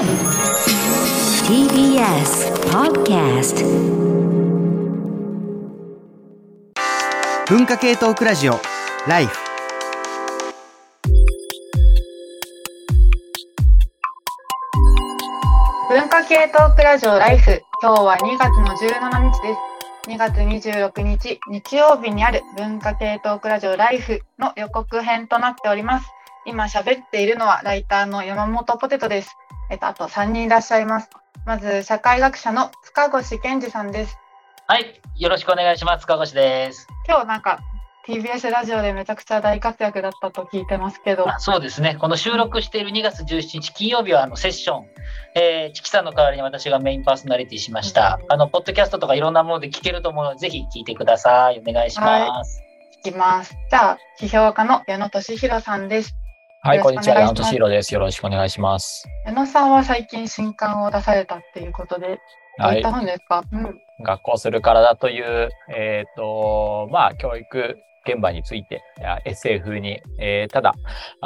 TBS Podcast 文化系トークラジオライフ。 文化系トークラジオライフ。今日は2月の17日です。2月26日日曜日にある文化系トークラジオライフの予告編となっております。今喋っているのはライターの山本ポテトです。あと3人いらっしゃいます。まず社会学者の塚越健二さんです。 はい、よろしくお願いします。塚越です。 今日TBS ラジオでめちゃくちゃ大活躍だったと聞いてますけど。 そうですね。この収録している2月17日金曜日はセッション、チキさんの代わりに私がメインパーソナリティしました。ポッドキャストとかいろんなもので聞けると思うので、ぜひ聞いてください。お願いします。 聞きます。じゃあ、批評家の矢野俊弘さんです。 はい、こんにちは。矢野俊弘です。よろしくお願いします。 矢野さんは最近新刊を出されたっていうことで、どういった本ですか？ 学校する体という、教育現場についてエッセイ風に、ただ、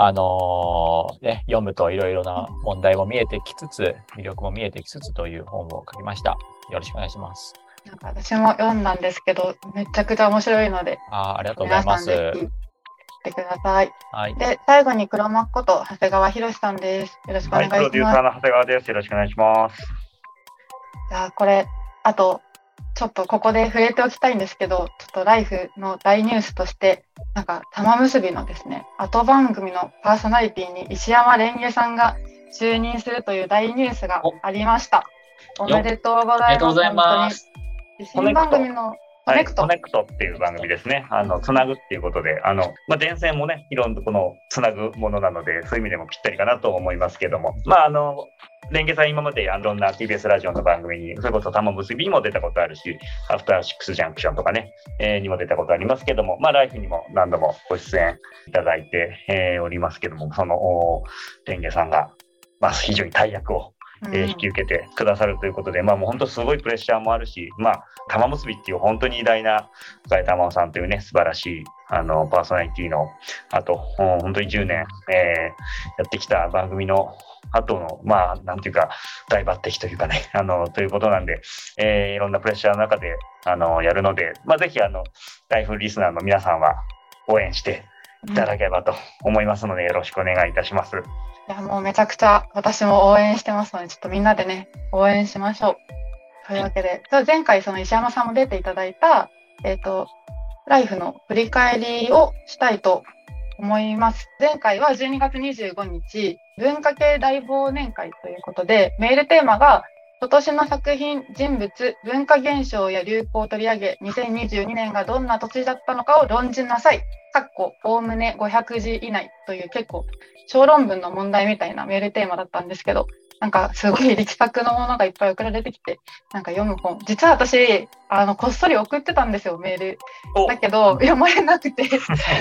読むといろいろな問題も見えてきつつ、魅力も見えてきつつという本を書きました。よろしくお願いします。 私も読んだんですけど、めちゃくちゃ面白いので、 ありがとうございます。 皆さんぜひってください。 はい。 で、最後に黒幕こと長谷川博さんです。よろしくお願いします。 プロデューサーの長谷川です。よろしくお願いします。 じゃあこれ、あとちょっとここで触れておきたいんですけど、ちょっとライフの大ニュースとして、玉結びのですね、後番組のパーソナリティに石山レンゲさんが就任するという大ニュースがありました。おめでとうございます。新番組のコネクトっていう番組ですね。つなぐっていうことで、電線もね、いろんなこのつなぐものなので、そういう意味でもぴったりかなと思いますけども、レンゲさん今までいろんな TBS ラジオの番組に、それこそ玉結びにも出たことあるし、アフターシックスジャンクションとかね、にも出たことありますけども、ライフにも何度もご出演いただいて、おりますけども、そのレンゲさんが、非常に大役を引き受けてくださるということで、もう本当すごいプレッシャーもあるし、玉結びっていう本当に偉大な深井玉緒さんというね、素晴らしいパーソナリティの、あと本当に10年、やってきた番組の後のなんていうか大抜擢というかね、ということなんで、いろんなプレッシャーの中でやるので、ぜひライフリスナーの皆さんは応援していただければと思いますので、よろしくお願いいたします。 いや、もうめちゃくちゃ私も応援してますので、ちょっとみんなでね、応援しましょう。というわけで、前回その石山さんも出ていただいた、ライフの振り返りをしたいと思います。前回は12月25日、文化系大忘年会ということで、メールテーマが、今年の作品、人物、文化現象や流行を取り上げ、2022年がどんな年だったのかを論じなさい。おおむね500字以内という結構小論文の問題みたいなメールテーマだったんですけど、すごい力作のものがいっぱい送られてきて、読む本。実は私、こっそり送ってたんですよ、メール。だけど、読まれなくて、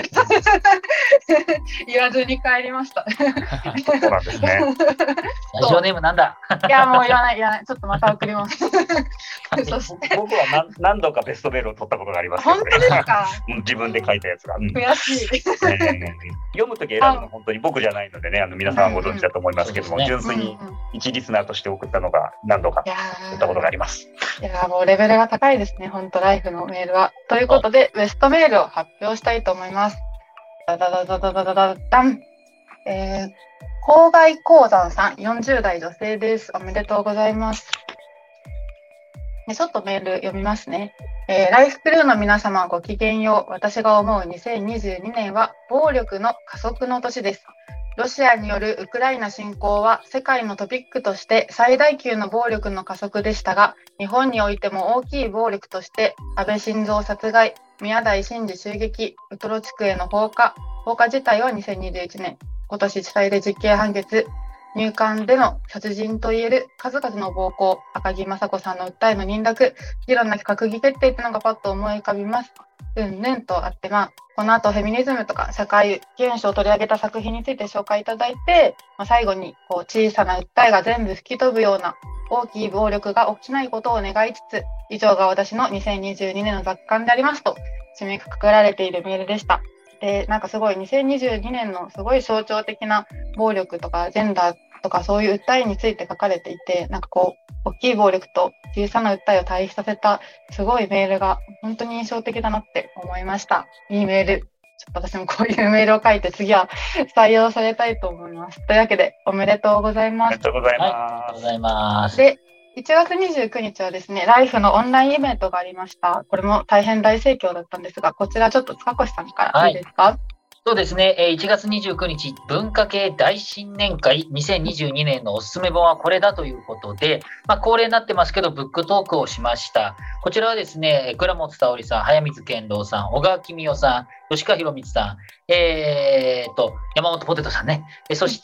言わずに帰りました。 そうなんですね。 ラジオネームなんだ？ いや、もう言わない。ちょっとまた送ります。そして僕は何度かベストメールを取ったことがありますけど、 本当ですか？ 自分で書いたやつが。 悔しい。 読むとき選ぶの本当に僕じゃないのでね、皆さんご存知だと思いますけども、純粋に一リスナーとして送ったのが何度か取ったことがあります。 いや、もうレベルが高いですね、本当ライフのメールは。ということで、ベストメールを発表したいと思います。ダダダダダダダダダン。郊外鉱山さん、40代女性です。おめでとうございます。ちょっとメール読みますね。ライフクルーの皆様ごきげんよう。私が思う2022年は暴力の加速の年です。ロシアによるウクライナ侵攻は世界のトピックとして最大級の暴力の加速でしたが、日本においても大きい暴力として安倍晋三殺害、宮台真司襲撃、ウトロ地区への放火自体は2021年、今年地裁で実刑判決、入管での殺人といえる数々の暴行、赤木雅子さんの訴えの認諾、議論なき閣議決定というのがパッと思い浮かびます。とあって、この後フェミニズムとか社会現象を取り上げた作品について紹介いただいて、最後に小さな訴えが全部吹き飛ぶような大きい暴力が起きないことを願いつつ、以上が私の2022年の雑感でありますと締めくくられているメールでした。で、すごい2022年のすごい象徴的な暴力とかジェンダーとかそういう訴えについて書かれていて、なんかこう大きい暴力と小さな訴えを対比させたすごいメールが本当に印象的だなって思いました。いいメール。ちょっと私もこういうメールを書いて次は採用されたいと思います。というわけでおめでとうございます。 ありがとうございはい、ありがとうございます。 で、1月29日はですね、ライフのオンラインイベントがありました。これも大変大盛況だったんですが、こちらちょっと塚越さんからいいですか？ そうですね、1月29日、文化系大新年会2022年のおすすめ本はこれだということで、恒例になってますけど、ブックトークをしました。こちらはですね、倉本沙織さん、早水健郎さん、小川公夫さん、吉川博光さん、山本ポテトさんね、そして、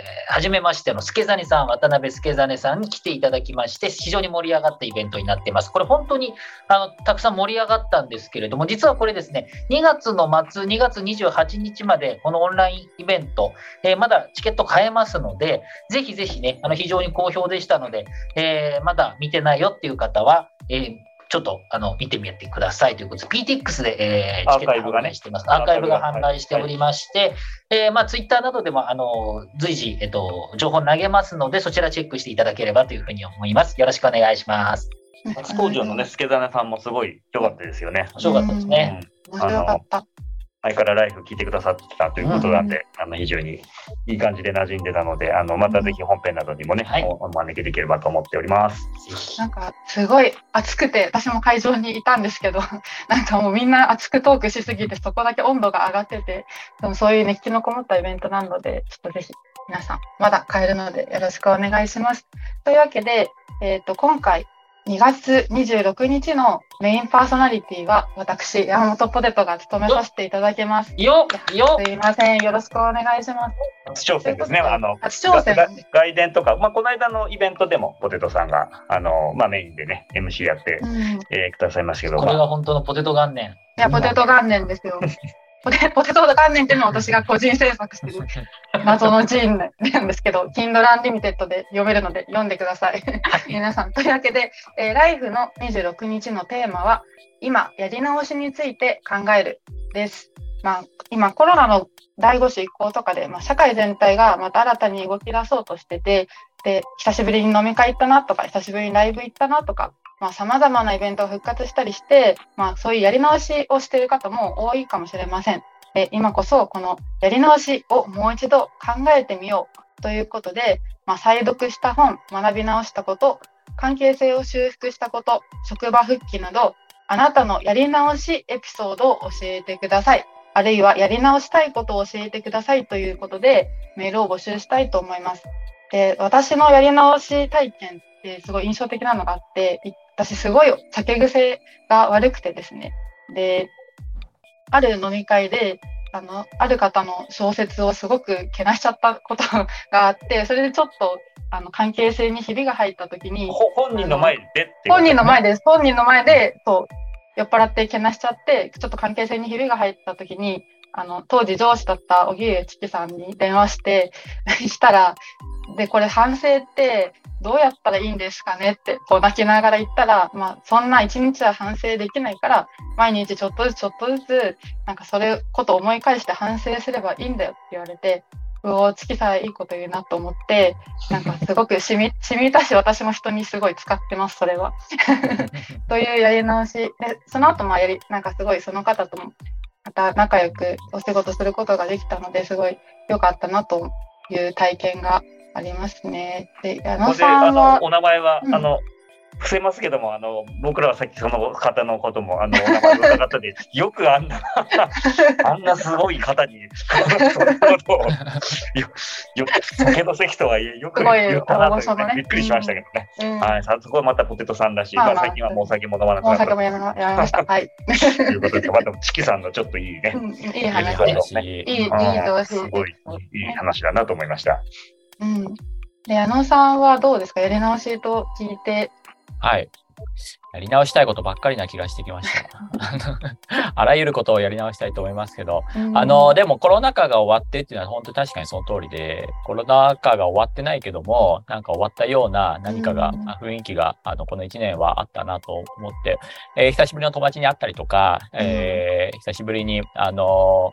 初めましての助真さん、渡辺助真さんに来ていただきまして、非常に盛り上がったイベントになっています。これ本当にたくさん盛り上がったんですけれども、実はこれですね、2月の末、2月28日までこのオンラインイベント、まだチケット買えますので、ぜひぜひね、非常に好評でしたので、まだ見てないよっていう方は、ちょっと見てみてくださいということで、PTX で、チケット販売しています。アーカイブが販売しておりまして、ツイッターなどでも随時、情報投げますので、そちらチェックしていただければというふうに思います。よろしくお願いします。 初登場のね、助真さんもすごい良かったですよね。 面白かったですね。 面白かった。 前からライフ聞いてくださってたということなんで、非常にいい感じで馴染んでたので、またぜひ本編などにもね、お招きできればと思っております。 なんかすごい熱くて、私も会場にいたんですけど、なんかもうみんな熱くトークしすぎて、そこだけ温度が上がってて、でもそういう熱気のこもったイベントなので、ちょっとぜひ皆さんまだ買えるのでよろしくお願いします。というわけで、今回2月26日のメインパーソナリティは私、山本ポテトが務めさせていただきます。 すいません、よろしくお願いします。 初挑戦ですね。 初挑戦外伝とか、この間のイベントでもポテトさんがメインでね MC やって、くださいましたけど、 これが本当のポテト元年。 いや、ポテト元年ですよ。ポテト元年っていうのは私が個人制作してる謎のジーンなんですけど、Kindle Unlimited で読めるので読んでください。皆さん。というわけで、ライフの26日のテーマは、今やり直しについて考えるです。今コロナの第5子移行とかで、社会全体がまた新たに動き出そうとしてて、で、久しぶりに飲み会行ったなとか、久しぶりにライブ行ったなとか、様々なイベントが復活したりして、そういうやり直しをしている方も多いかもしれません。今こそこのやり直しをもう一度考えてみようということで、再読した本、学び直したこと、関係性を修復したこと、職場復帰など、あなたのやり直しエピソードを教えてください。あるいはやり直したいことを教えてくださいということで、メールを募集したいと思います。で、私のやり直し体験ってすごい印象的なのがあって、私すごい酒癖が悪くてですね。で、ある飲み会で、ある方の小説をすごくけなしちゃったことがあって、それでちょっと関係性にひびが入った時に、 本人の前でっていう、 本人の前です。本人の前で、酔っ払ってけなしちゃって、ちょっと関係性にひびが入った時に、当時上司だった荻上チキさんに電話したら、で、これ反省ってどうやったらいいんですかねって泣きながら言ったら、そんな一日は反省できないから、毎日ちょっとずつ、なんかそれこと思い返して反省すればいいんだよって言われて、チキさんいいこと言うなと思って、なんかすごく染みたし、私も人にすごい使ってます、それは。というやり直し。で、その後なんかすごいその方ともまた仲良くお仕事することができたので、すごい良かったなという体験がありますね。で、矢野さんはお名前は、伏せますけども、僕らはさっきその方のことも、お名前を伺ったで、よくあんなすごい方に、そのことを、酒の席とはいえ、よく言ったなと、びっくりしましたけどね。はい、そこはまたポテトさんだし、最近はもうお酒も飲まなくなった。 お酒もやめました。はい。 ということで、またチキさんのちょっといいね。 いい話ですね。いいすごいいい話だなと思いました。 で、矢野さんはどうですか？やり直しと聞いて。 はい。やり直したいことばっかりな気がしてきました。あらゆることをやり直したいと思いますけど、でもコロナ禍が終わってっていうのは本当に確かにその通りで、コロナ禍が終わってないけども、なんか終わったような何かが、雰囲気が、この1年はあったなと思って、久しぶりの友達に会ったりとか、久しぶりに、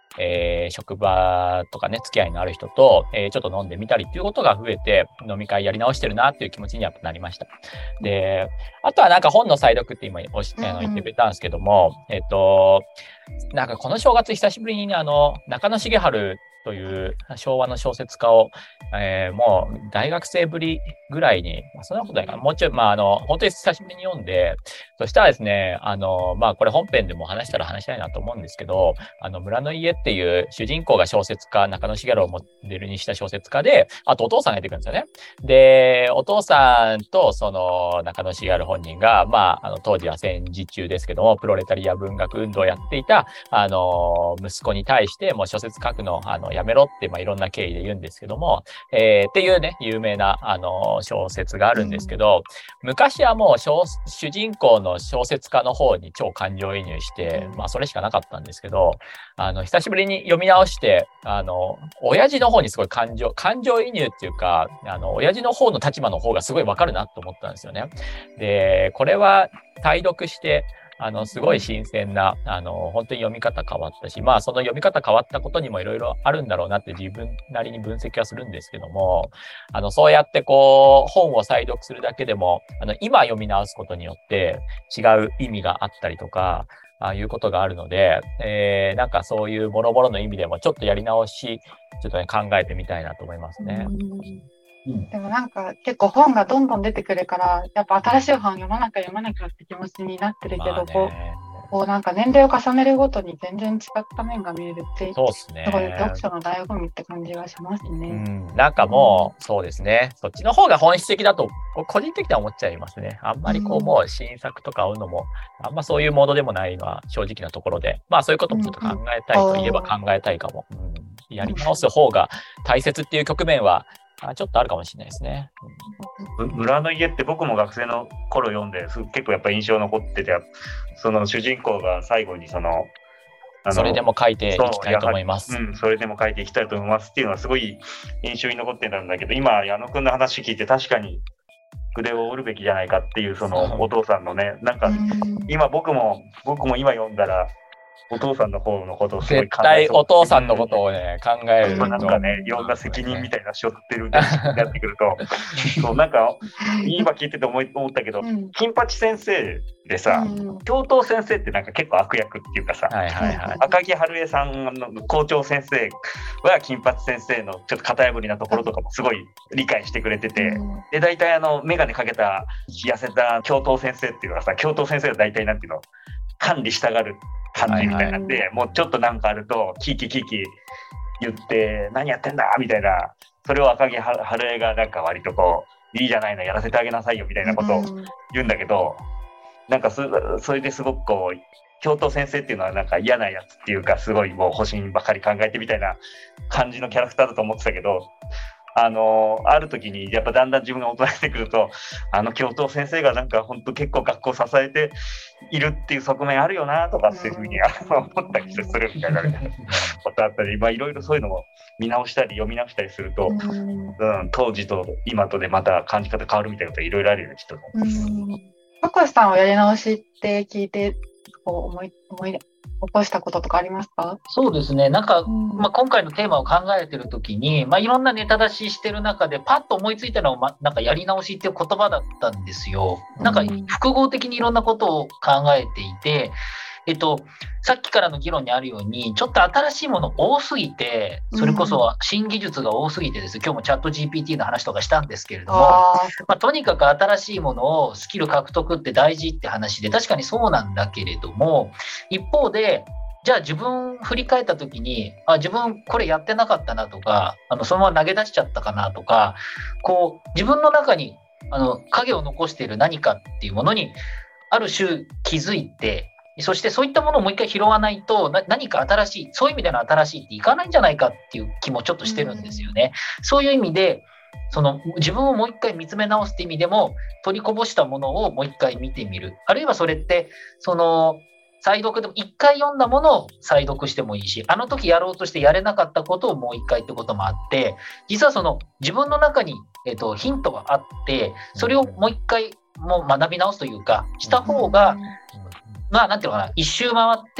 職場とかね、付き合いのある人と、ちょっと飲んでみたりっていうことが増えて、飲み会やり直してるなっていう気持ちにやっぱなりました。で、あとはなんか本の再読って今言ってくれたんですけども、なんかこの正月久しぶりにね、中野茂春という昭和の小説家を、もう大学生ぶりぐらいに、そんなことないかな、もうちょい、本当に久しぶりに読んで、そしたらですね、これ本編でも話したいなと思うんですけど、村の家っていう主人公が小説家、中野茂春をモデルにした小説家で、あとお父さんが出てくるんですよね。で、お父さんとその中野茂春本人が、当時は戦時中ですけども、プロレタリア文学運動をやっていた、息子に対して、もう小説書くの、やめろって、いろんな経緯で言うんですけども、っていうね、有名な、小説があるんですけど、昔はもう主人公の小説家の方に超感情移入して、それしかなかったんですけど、久しぶりに読み直して、親父の方にすごい感情移入っていうか、親父の方の立場の方がすごいわかるなと思ったんですよね。で、これは対読して、すごい新鮮な、本当に読み方変わったし、その読み方変わったことにもいろいろあるんだろうなって自分なりに分析はするんですけども、そうやってこう、本を再読するだけでも、今読み直すことによって違う意味があったりとか、いうことがあるので、なんかそういうボロボロの意味でもちょっとやり直し、ちょっとね、考えてみたいなと思いますね。 でもなんか結構本がどんどん出てくるから、やっぱ新しい本読まなきゃって気持ちになってるけど、こうなんか年齢を重ねるごとに全然違った面が見えるって、 そうですね。 すごい読書の醍醐味って感じがしますね。 なんかもう、そうですね。そっちの方が本質的だと、個人的には思っちゃいますね。あんまりこう、もう新作とか追うのも、あんまそういうモードでもないのは正直なところで、そういうこともちょっと考えたいといえば考えたいかも。やり直す方が大切っていう局面は、ちょっとあるかもしれないですね。 村の家って僕も学生の頃読んで結構やっぱり印象残ってて、その主人公が最後にそれでも書いていきたいと思います。それでも書いていきたいと思いますっていうのはすごい印象に残ってたんだけど、今矢野くんの話聞いて確かに筆を折るべきじゃないかっていうそのお父さんのね、なんか今僕も今読んだらお父さんの方のことをすごい考えそう。絶対お父さんのことをね、考えると。 なんかね、いろんな責任みたいな背負ってるみたいになってくると、そうなんか今聞いてて思ったけど、金八先生でさ、教頭先生ってなんか結構悪役っていうかさ、赤木春江さんの校長先生は金八先生のちょっと型破りなところとかもすごい理解してくれてて、で大体眼鏡かけた痩せた教頭先生っていうのはさ、教頭先生は大体なんていうの管理したがる感じみたいなんで、もうちょっとなんかあるとキーキ言って何やってんだみたいな、それを赤木春江がなんか割とこういいじゃないのやらせてあげなさいよみたいなことを言うんだけど、なんかそれですごくこう教頭先生っていうのはなんか嫌なやつっていうか、すごいもう保身ばかり考えてみたいな感じのキャラクターだと思ってたけど、ある時にやっぱだんだん自分が大人になってくると、教頭先生がなんか本当結構学校支えているっていう側面あるよなとかっていうふうに思ったりするみたいなことあったり、いろいろそういうのも見直したり読み直したりすると、当時と今とでまた感じ方変わるみたいなこといろいろあるよね、きっと。 高橋さんはやり直しって聞いて思い起こしたこととかありますか？ そうですね。なんか、今回のテーマを考えてるときに、いろんなネタ出ししてる中で、パッと思いついたのは、なんかやり直しっていう言葉だったんですよ。なんか複合的にいろんなことを考えていて、さっきからの議論にあるように、ちょっと新しいもの多すぎて、それこそ新技術が多すぎてですね、今日もチャット GPT の話とかしたんですけれども、とにかく新しいものをスキル獲得って大事って話で、確かにそうなんだけれども、一方で、じゃあ自分振り返った時に、自分これやってなかったなとか、そのまま投げ出しちゃったかなとか、こう自分の中に影を残している何かっていうものにある種気づいて、そしてそういったものをもう一回拾わないと何か新しい、そういう意味での新しいっていかないんじゃないかっていう気もちょっとしてるんですよね。そういう意味で自分をもう一回見つめ直すって意味でも、取りこぼしたものをもう一回見てみる、あるいはそれって再読でも一回読んだものを再読してもいいし、あの時やろうとしてやれなかったことをもう一回ってこともあって、実は自分の中に、ヒントがあって、それをもう一回もう学び直すというかした方が、なんていうのかな、一周回って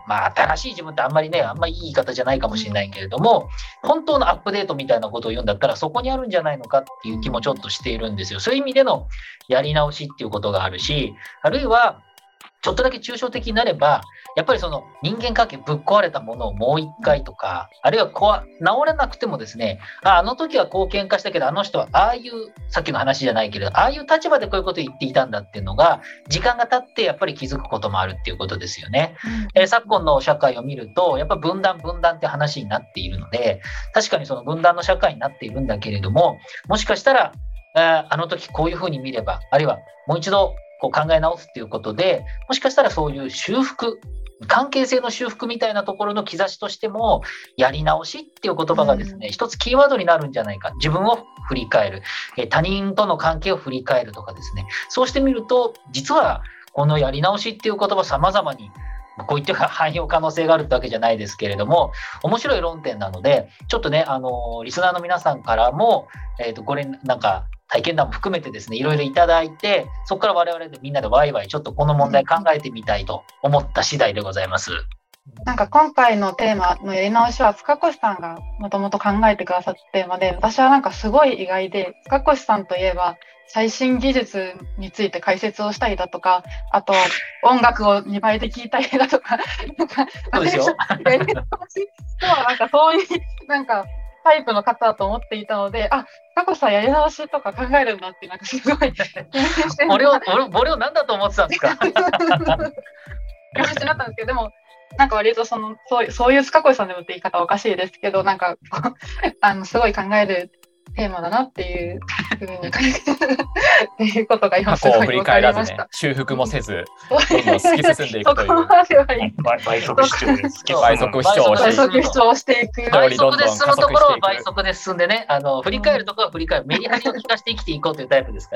まあ新しい自分ってあんまりいい言い方じゃないかもしれないけれども、本当のアップデートみたいなことを言うんだったらそこにあるんじゃないのかっていう気もちょっとしているんですよ。そういう意味でのやり直しっていうことがあるし、あるいはちょっとだけ抽象的になれば、やっぱりその人間関係ぶっ壊れたものをもう一回とか、あるいは治れなくてもですね、あの時はこう喧嘩したけど、あの人はああいう、さっきの話じゃないけれど、ああいう立場でこういうことを言っていたんだっていうのが、時間が経ってやっぱり気づくこともあるっていうことですよね。昨今の社会を見ると、やっぱ分断って話になっているので、確かにその分断の社会になっているんだけれども、もしかしたら、あの時こういうふうに見れば、あるいはもう一度こう考え直すっていうことで、もしかしたらそういう修復、関係性の修復みたいなところの兆しとしても、やり直しっていう言葉がですね、一つキーワードになるんじゃないか。自分を振り返る、他人との関係を振り返るとかですね。そうしてみると、実はこのやり直しっていう言葉、様々にこういった汎用可能性があるってわけじゃないですけれども、面白い論点なので、ちょっとね、リスナーの皆さんからも、これなんか体験談も含めてですね、いろいろいただいて、そこから我々でみんなでワイワイちょっとこの問題考えてみたいと思った次第でございます。 なんか今回のテーマのやり直しは塚越さんがもともと考えてくださったテーマで、私はなんかすごい意外で、塚越さんといえば最新技術について解説をしたりだとか、あと音楽を2倍で聴いたりだとか、 そうですよ。 やり直しとはなんかそういうなんかタイプの方だと思っていたので、塚越さんやり直しとか考えるんだって、なんかすごい俺を何だと思ってたんですか。 気持ちになったんですけど、でもなんか割とそういう塚越さんでもって言い方はおかしいですけど、なんかすごい考えるテーマだなっていうふうにっていうことが今すごい分かりました。 修復もせず、どんどん突き進んでいくという。 そこまではいい。 倍速視聴です。 倍速視聴していく。 倍速で進むところは倍速で進んでね、振り返るところは振り返る。メリハリを利かして生きていこうというタイプですから。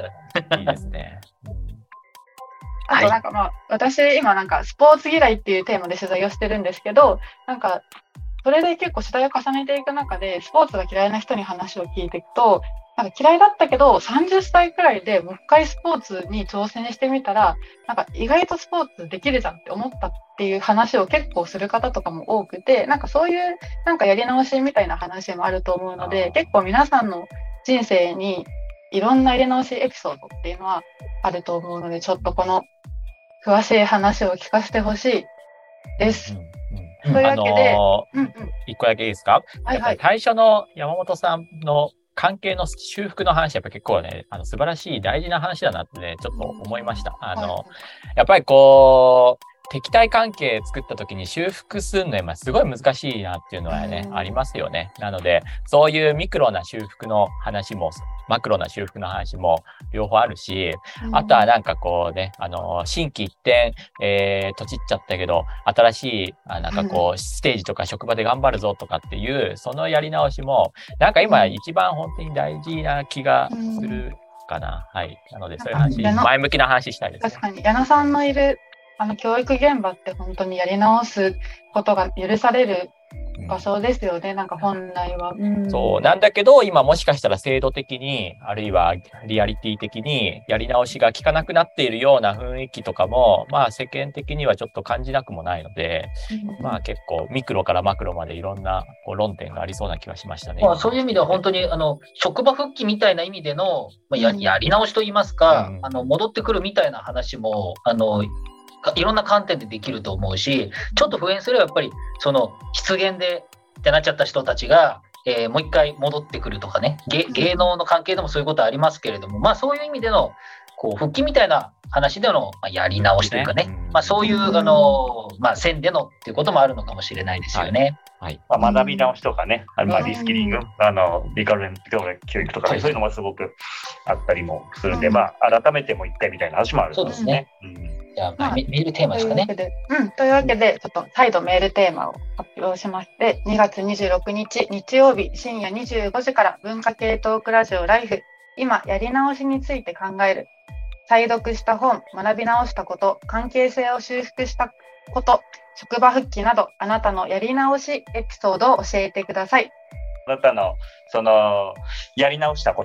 いいですね。 あとなんか私今なんかスポーツ嫌いっていうテーマで取材をしてるんですけど、なんかそれで結構取材を重ねていく中で、スポーツが嫌いな人に話を聞いていくと、なんか嫌いだったけど30歳くらいでもう一回スポーツに挑戦してみたら、なんか意外とスポーツできるじゃんって思ったっていう話を結構する方とかも多くて、なんかそういうなんかやり直しみたいな話もあると思うので、結構皆さんの人生にいろんなやり直しエピソードっていうのはあると思うので、ちょっとこの詳しい話を聞かせてほしいです。というわけで、 一個だけいいですか？ はいはい。 最初の山本さんの関係の修復の話、やっぱ結構ね、素晴らしい大事な話だなってね、ちょっと思いました。やっぱりこう、敵対関係作った時に修復するのはすごい難しいなっていうのはね、ありますよね。なので、そういうミクロな修復の話も、マクロな修復の話も両方あるし、あとはなんかこうね、心機一転、とちっちゃったけど、新しい、なんかこう、ステージとか職場で頑張るぞとかっていう、そのやり直しも、なんか今一番本当に大事な気がするかな。はい。なので、そういう話、前向きな話したいですね。 確かに、矢野さんのいる、教育現場って本当にやり直すことが許される場所ですよね、なんか本来は。 そうなんだけど、今もしかしたら制度的に、あるいはリアリティ的にやり直しが効かなくなっているような雰囲気とかも、まあ世間的にはちょっと感じなくもないので、まあ結構ミクロからマクロまでいろんな論点がありそうな気がしましたね。 そういう意味では本当に職場復帰みたいな意味での、やり直しといいますか、戻ってくるみたいな話も、いろんな観点でできると思うし、ちょっと復縁すればやっぱりその失言でってなっちゃった人たちが、もう一回戻ってくるとかね、芸能の関係でもそういうことありますけれども、まあそういう意味でのこう復帰みたいな話でのやり直しというかね、まあそういう線でのっていうこともあるのかもしれないですよね。 学び直しとかね、リスキリング、リカル教育とか、そういうのもすごくあったりもするんで、改めてもう一回みたいな話もあるんですね。 じゃあ、メールテーマですかね。 というわけで、ちょっと再度メールテーマを発表しまして、2月26日日曜日深夜25時から文化系トークラジオライフ、今やり直しについて考える、再読した本、学び直したこと、関係性を修復したこと、職場復帰など、あなたのやり直しエピソードを教えてください。 あなたのそのやり直したこと、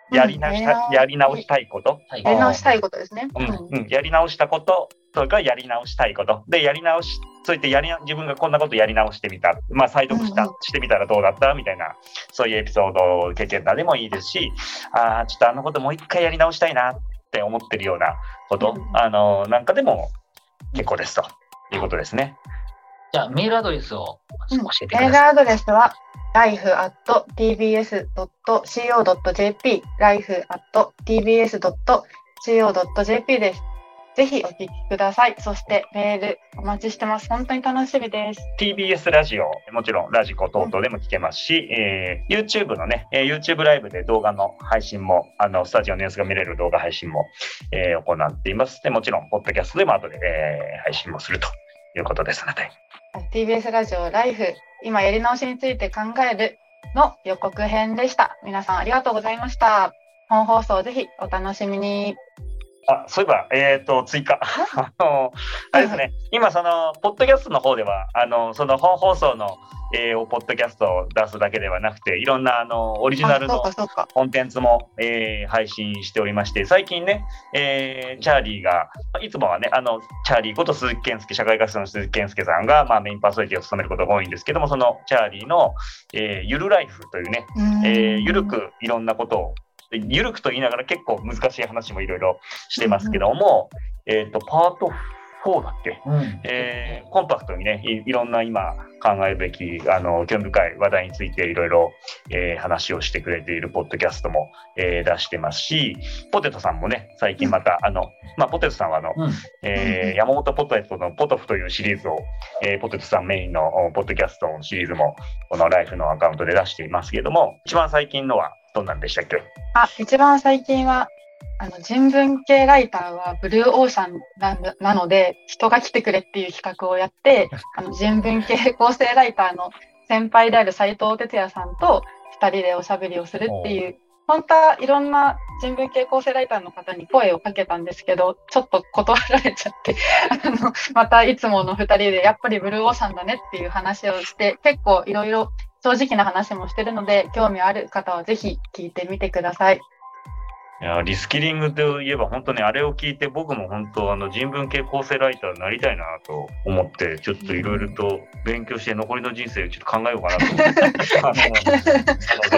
やり直したいこと、 やり直したいことですね。 やり直したこと、それからやり直したいこと。で、そういって自分がこんなことやり直してみた。まあ、再読してみたらどうだったみたいな、そういうエピソード経験談でもいいですし、ちょっとあのこともう一回やり直したいなって思ってるようなこと、なんかでも結構ですということですね。 じゃあ、メールアドレスを教えてください。 メールアドレスは、life@tbs.co.jp、life@tbs.co.jp です。ぜひお聞きください。そしてメールお待ちしてます。本当に楽しみです。 TBS ラジオ、もちろんラジコ等々でも聞けますし、YouTube のね、YouTube ライブで動画の配信も、スタジオの様子が見れる動画配信も、行っています。で、もちろん、ポッドキャストでも後で、配信もするということですので。 TBS ラジオライフ、今やり直しについて考えるの予告編でした。皆さんありがとうございました。本放送ぜひお楽しみに。 そういえば、追加。あれですね、今、ポッドキャストの方では、その本放送の、ポッドキャストを出すだけではなくて、いろんな、オリジナルのコンテンツも、配信しておりまして、最近ね、チャーリーが、いつもはね、チャーリーこと鈴木健介、社会学者の鈴木健介さんが、メインパーソナリティを務めることが多いんですけども、そのチャーリーの、ゆるライフというね、ゆるくいろんなことを、ゆるくと言いながら結構難しい話もいろいろしてますけども、パート4だっけ、コンパクトにね、いろんな今考えるべき興味深い話題についていろいろ話をしてくれているポッドキャストも出してますし、ポテトさんもね、最近またポテトさんは山本ポテトのポトフというシリーズを、ポテトさんメインのポッドキャストのシリーズもこのライフのアカウントで出していますけれども、一番最近のはどんなんでしたっけ？ 一番最近は人文系ライターはブルーオーシャンなので人が来てくれっていう企画をやって人文系構成ライターの先輩である斉藤哲也さんと2人でおしゃべりをするっていう、本当はいろんな人文系構成ライターの方に声をかけたんですけど、ちょっと断られちゃってまたいつもの2人でやっぱりブルーオーシャンだねっていう話をして、結構いろいろ正直な話もしてるので、興味ある方はぜひ聞いてみてください。 いや、リスキリングといえば本当にあれを聞いて僕も本当人文系構成ライターになりたいなと思って、ちょっといろいろと勉強して残りの人生をちょっと考えようかなと思って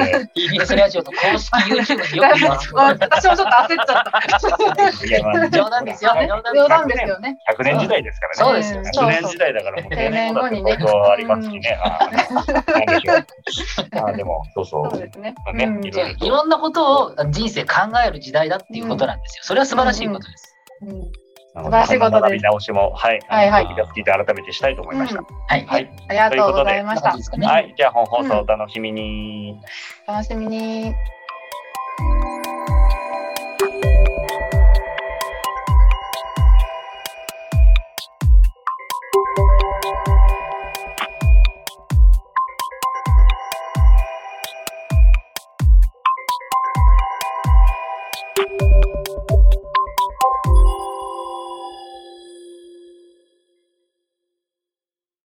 TBS ラジオと公式 YouTube によく見ます。 私もちょっと焦っちゃった。 冗談ですよ。 冗談ですよね。 100年時代ですからね。 そうですよ。 100年時代だからもう定年後にね。 ありますしね。なんでしょう。でもそうですね。 いろんなことを人生考える時代だっていうことなんですよ。それは素晴らしいことです。 素晴らしいことです。 学び直しも、はい、聞いて改めてしたいと思いました。 はい、ありがとうございました。 はい、じゃあ本放送お楽しみに。 楽しみに。